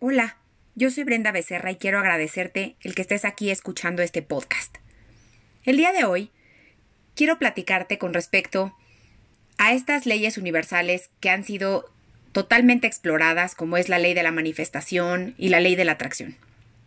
Hola, yo soy Brenda Becerra y quiero agradecerte el que estés aquí escuchando este podcast. El día de hoy quiero platicarte con respecto a estas leyes universales que han sido totalmente exploradas, como es la ley de la manifestación y la ley de la atracción.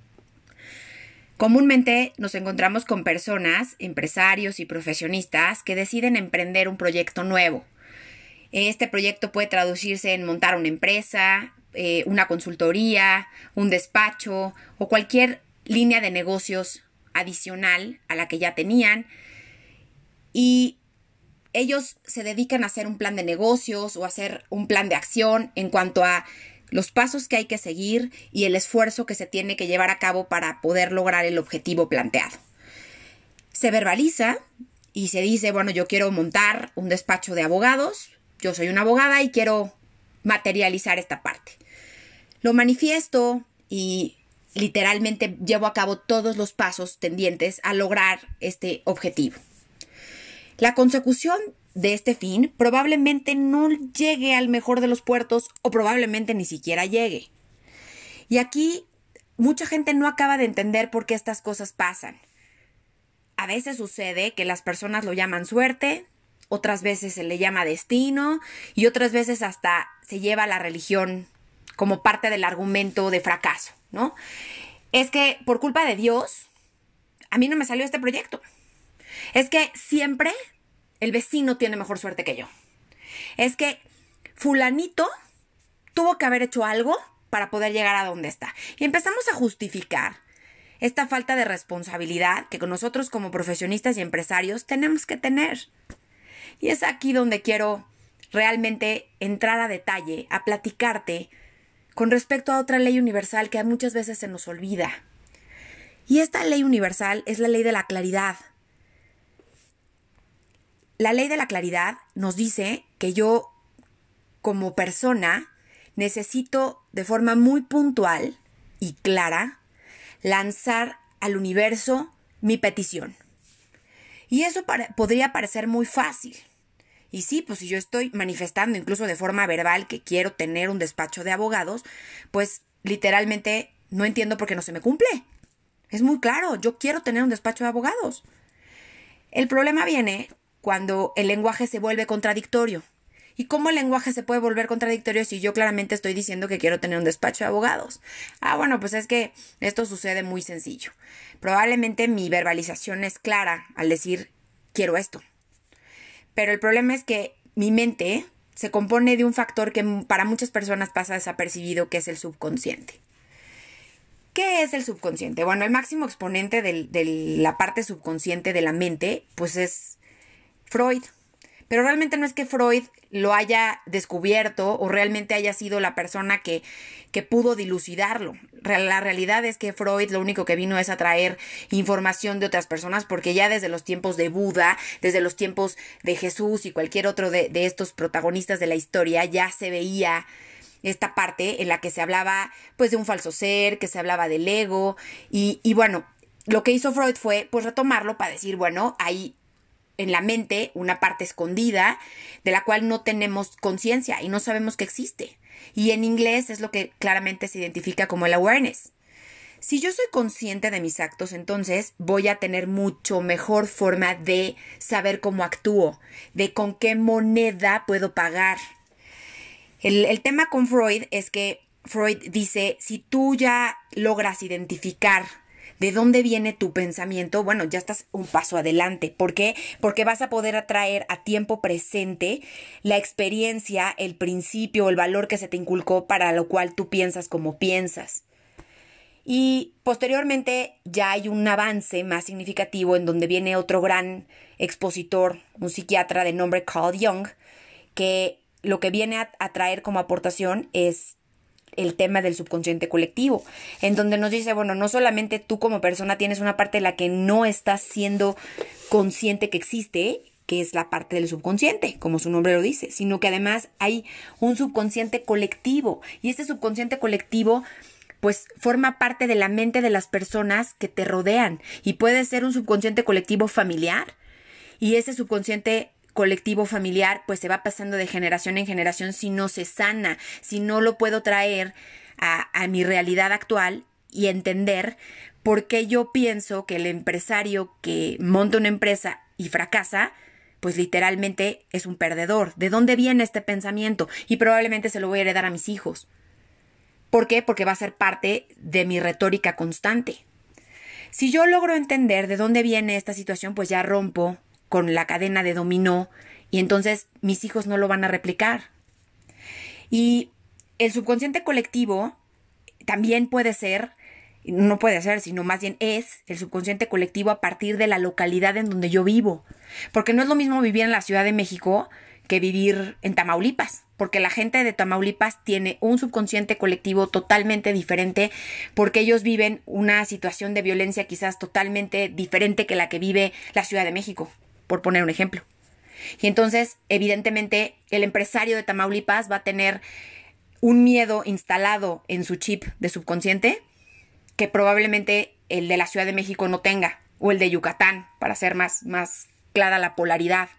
Comúnmente nos encontramos con personas, empresarios y profesionistas que deciden emprender un proyecto nuevo. Este proyecto puede traducirse en montar una empresa, una consultoría, un despacho o cualquier línea de negocios adicional a la que ya tenían. Y ellos se dedican a hacer un plan de negocios o a hacer un plan de acción en cuanto a los pasos que hay que seguir y el esfuerzo que se tiene que llevar a cabo para poder lograr el objetivo planteado. Se verbaliza y se dice, bueno, yo quiero montar un despacho de abogados, yo soy una abogada y quiero materializar esta parte. Lo manifiesto y literalmente llevo a cabo todos los pasos tendientes a lograr este objetivo. La consecución de este fin probablemente no llegue al mejor de los puertos o probablemente ni siquiera llegue. Y aquí mucha gente no acaba de entender por qué estas cosas pasan. A veces sucede que las personas lo llaman suerte, otras veces se le llama destino y otras veces hasta se lleva a la religión como parte del argumento de fracaso, ¿no? Es que por culpa de Dios, a mí no me salió este proyecto. Es que siempre el vecino tiene mejor suerte que yo. Es que fulanito tuvo que haber hecho algo para poder llegar a donde está. Y empezamos a justificar esta falta de responsabilidad que nosotros como profesionistas y empresarios tenemos que tener. Y es aquí donde quiero realmente entrar a detalle, a platicarte con respecto a otra ley universal que muchas veces se nos olvida. Y esta ley universal es la ley de la claridad. La ley de la claridad nos dice que yo, como persona, necesito de forma muy puntual y clara lanzar al universo mi petición. Y eso podría parecer muy fácil. Y sí, pues si yo estoy manifestando incluso de forma verbal que quiero tener un despacho de abogados, pues literalmente no entiendo por qué no se me cumple. Es muy claro, yo quiero tener un despacho de abogados. El problema viene cuando el lenguaje se vuelve contradictorio. ¿Y cómo el lenguaje se puede volver contradictorio si yo claramente estoy diciendo que quiero tener un despacho de abogados? Bueno, pues es que esto sucede muy sencillo. Probablemente mi verbalización es clara al decir quiero esto. Pero el problema es que mi mente se compone de un factor que para muchas personas pasa desapercibido, que es el subconsciente. ¿Qué es el subconsciente? Bueno, el máximo exponente de la parte subconsciente de la mente, pues es Freud. Pero realmente no es que Freud lo haya descubierto o realmente haya sido la persona que pudo dilucidarlo. La realidad es que Freud lo único que vino es a traer información de otras personas, porque ya desde los tiempos de Buda, desde los tiempos de Jesús y cualquier otro de estos protagonistas de la historia, ya se veía esta parte en la que se hablaba pues de un falso ser, que se hablaba del ego y bueno, lo que hizo Freud fue pues retomarlo para decir, bueno, hay en la mente una parte escondida de la cual no tenemos conciencia y no sabemos que existe. Y en inglés es lo que claramente se identifica como el awareness. Si yo soy consciente de mis actos, entonces voy a tener mucho mejor forma de saber cómo actúo, de con qué moneda puedo pagar. El tema con Freud es que Freud dice, si tú ya logras identificar de dónde viene tu pensamiento, bueno, ya estás un paso adelante. ¿Por qué? Porque vas a poder atraer a tiempo presente la experiencia, el principio, el valor que se te inculcó para lo cual tú piensas como piensas. Y posteriormente ya hay un avance más significativo en donde viene otro gran expositor, un psiquiatra de nombre Carl Jung, que lo que viene a traer como aportación es el tema del subconsciente colectivo, en donde nos dice, bueno, no solamente tú como persona tienes una parte de la que no estás siendo consciente que existe, que es la parte del subconsciente, como su nombre lo dice, sino que además hay un subconsciente colectivo, y este subconsciente colectivo pues forma parte de la mente de las personas que te rodean, y puede ser un subconsciente colectivo familiar, y ese subconsciente colectivo familiar pues se va pasando de generación en generación si no se sana, si no lo puedo traer a mi realidad actual y entender por qué yo pienso que el empresario que monta una empresa y fracasa, pues literalmente es un perdedor. ¿De dónde viene este pensamiento? Y probablemente se lo voy a heredar a mis hijos. ¿Por qué? Porque va a ser parte de mi retórica constante. Si yo logro entender de dónde viene esta situación, pues ya rompo con la cadena de dominó y entonces mis hijos no lo van a replicar. Y el subconsciente colectivo también puede ser, no puede ser, sino más bien es el subconsciente colectivo a partir de la localidad en donde yo vivo. Porque no es lo mismo vivir en la Ciudad de México que vivir en Tamaulipas, porque la gente de Tamaulipas tiene un subconsciente colectivo totalmente diferente, porque ellos viven una situación de violencia quizás totalmente diferente que la que vive la Ciudad de México, por poner un ejemplo. Y entonces, evidentemente, el empresario de Tamaulipas va a tener un miedo instalado en su chip de subconsciente que probablemente el de la Ciudad de México no tenga, o el de Yucatán, para hacer más clara la polaridad.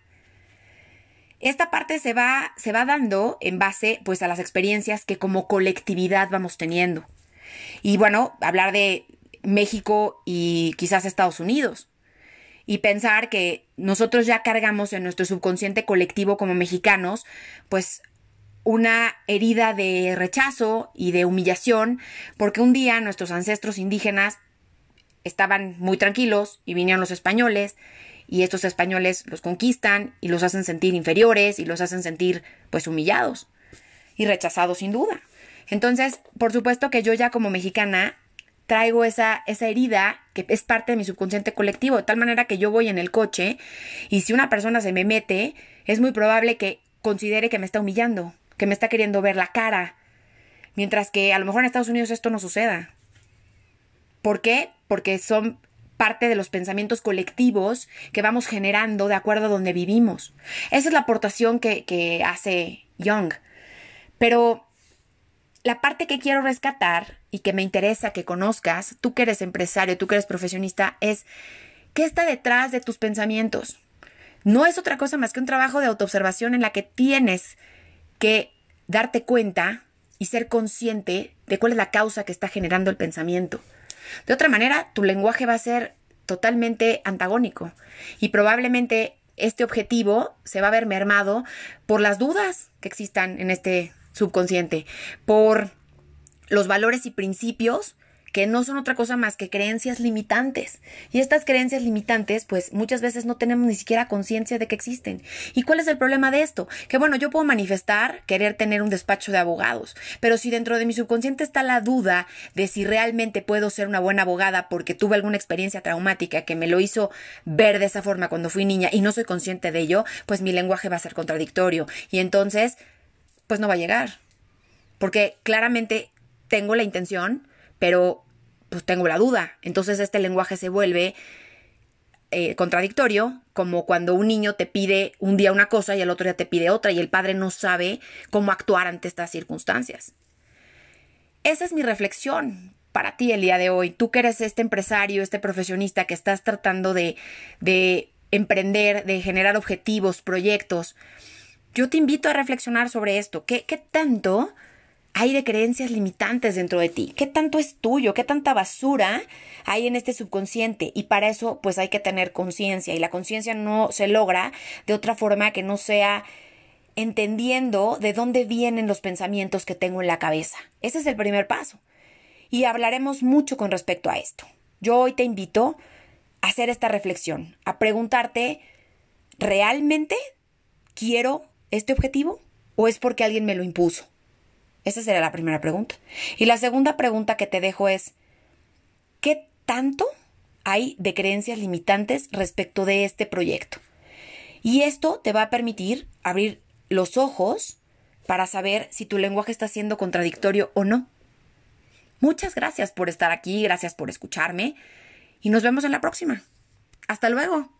Esta parte se va dando en base pues a las experiencias que como colectividad vamos teniendo. Y bueno, hablar de México y quizás Estados Unidos. Y pensar que nosotros ya cargamos en nuestro subconsciente colectivo como mexicanos, pues una herida de rechazo y de humillación, porque un día nuestros ancestros indígenas estaban muy tranquilos y vinieron los españoles, y estos españoles los conquistan y los hacen sentir inferiores y los hacen sentir pues humillados y rechazados sin duda. Entonces, por supuesto que yo ya como mexicana traigo esa herida que es parte de mi subconsciente colectivo, de tal manera que yo voy en el coche y si una persona se me mete, es muy probable que considere que me está humillando, que me está queriendo ver la cara, mientras que a lo mejor en Estados Unidos esto no suceda. ¿Por qué? Porque son parte de los pensamientos colectivos que vamos generando de acuerdo a donde vivimos. Esa es la aportación que hace Jung. Pero la parte que quiero rescatar y que me interesa que conozcas, tú que eres empresario, tú que eres profesionista, es ¿qué está detrás de tus pensamientos? No es otra cosa más que un trabajo de autoobservación en la que tienes que darte cuenta y ser consciente de cuál es la causa que está generando el pensamiento. De otra manera, tu lenguaje va a ser totalmente antagónico y probablemente este objetivo se va a ver mermado por las dudas que existan en este subconsciente, por los valores y principios que no son otra cosa más que creencias limitantes. Y estas creencias limitantes, pues muchas veces no tenemos ni siquiera conciencia de que existen. ¿Y cuál es el problema de esto? Que bueno, yo puedo manifestar querer tener un despacho de abogados, pero si dentro de mi subconsciente está la duda de si realmente puedo ser una buena abogada porque tuve alguna experiencia traumática que me lo hizo ver de esa forma cuando fui niña y no soy consciente de ello, pues mi lenguaje va a ser contradictorio y entonces, pues no va a llegar. Porque claramente tengo la intención, pero pues tengo la duda. Entonces este lenguaje se vuelve contradictorio, como cuando un niño te pide un día una cosa y al otro día te pide otra y el padre no sabe cómo actuar ante estas circunstancias. Esa es mi reflexión para ti el día de hoy. Tú que eres este empresario, este profesionista que estás tratando de emprender, de generar objetivos, proyectos. Yo te invito a reflexionar sobre esto. ¿Qué tanto hay de creencias limitantes dentro de ti? ¿Qué tanto es tuyo? ¿Qué tanta basura hay en este subconsciente? Y para eso pues hay que tener conciencia y la conciencia no se logra de otra forma que no sea entendiendo de dónde vienen los pensamientos que tengo en la cabeza. Ese es el primer paso y hablaremos mucho con respecto a esto. Yo hoy te invito a hacer esta reflexión, a preguntarte, ¿realmente quiero este objetivo o es porque alguien me lo impuso? Esa sería la primera pregunta. Y la segunda pregunta que te dejo es, ¿qué tanto hay de creencias limitantes respecto de este proyecto? Y esto te va a permitir abrir los ojos para saber si tu lenguaje está siendo contradictorio o no. Muchas gracias por estar aquí, gracias por escucharme y nos vemos en la próxima. Hasta luego.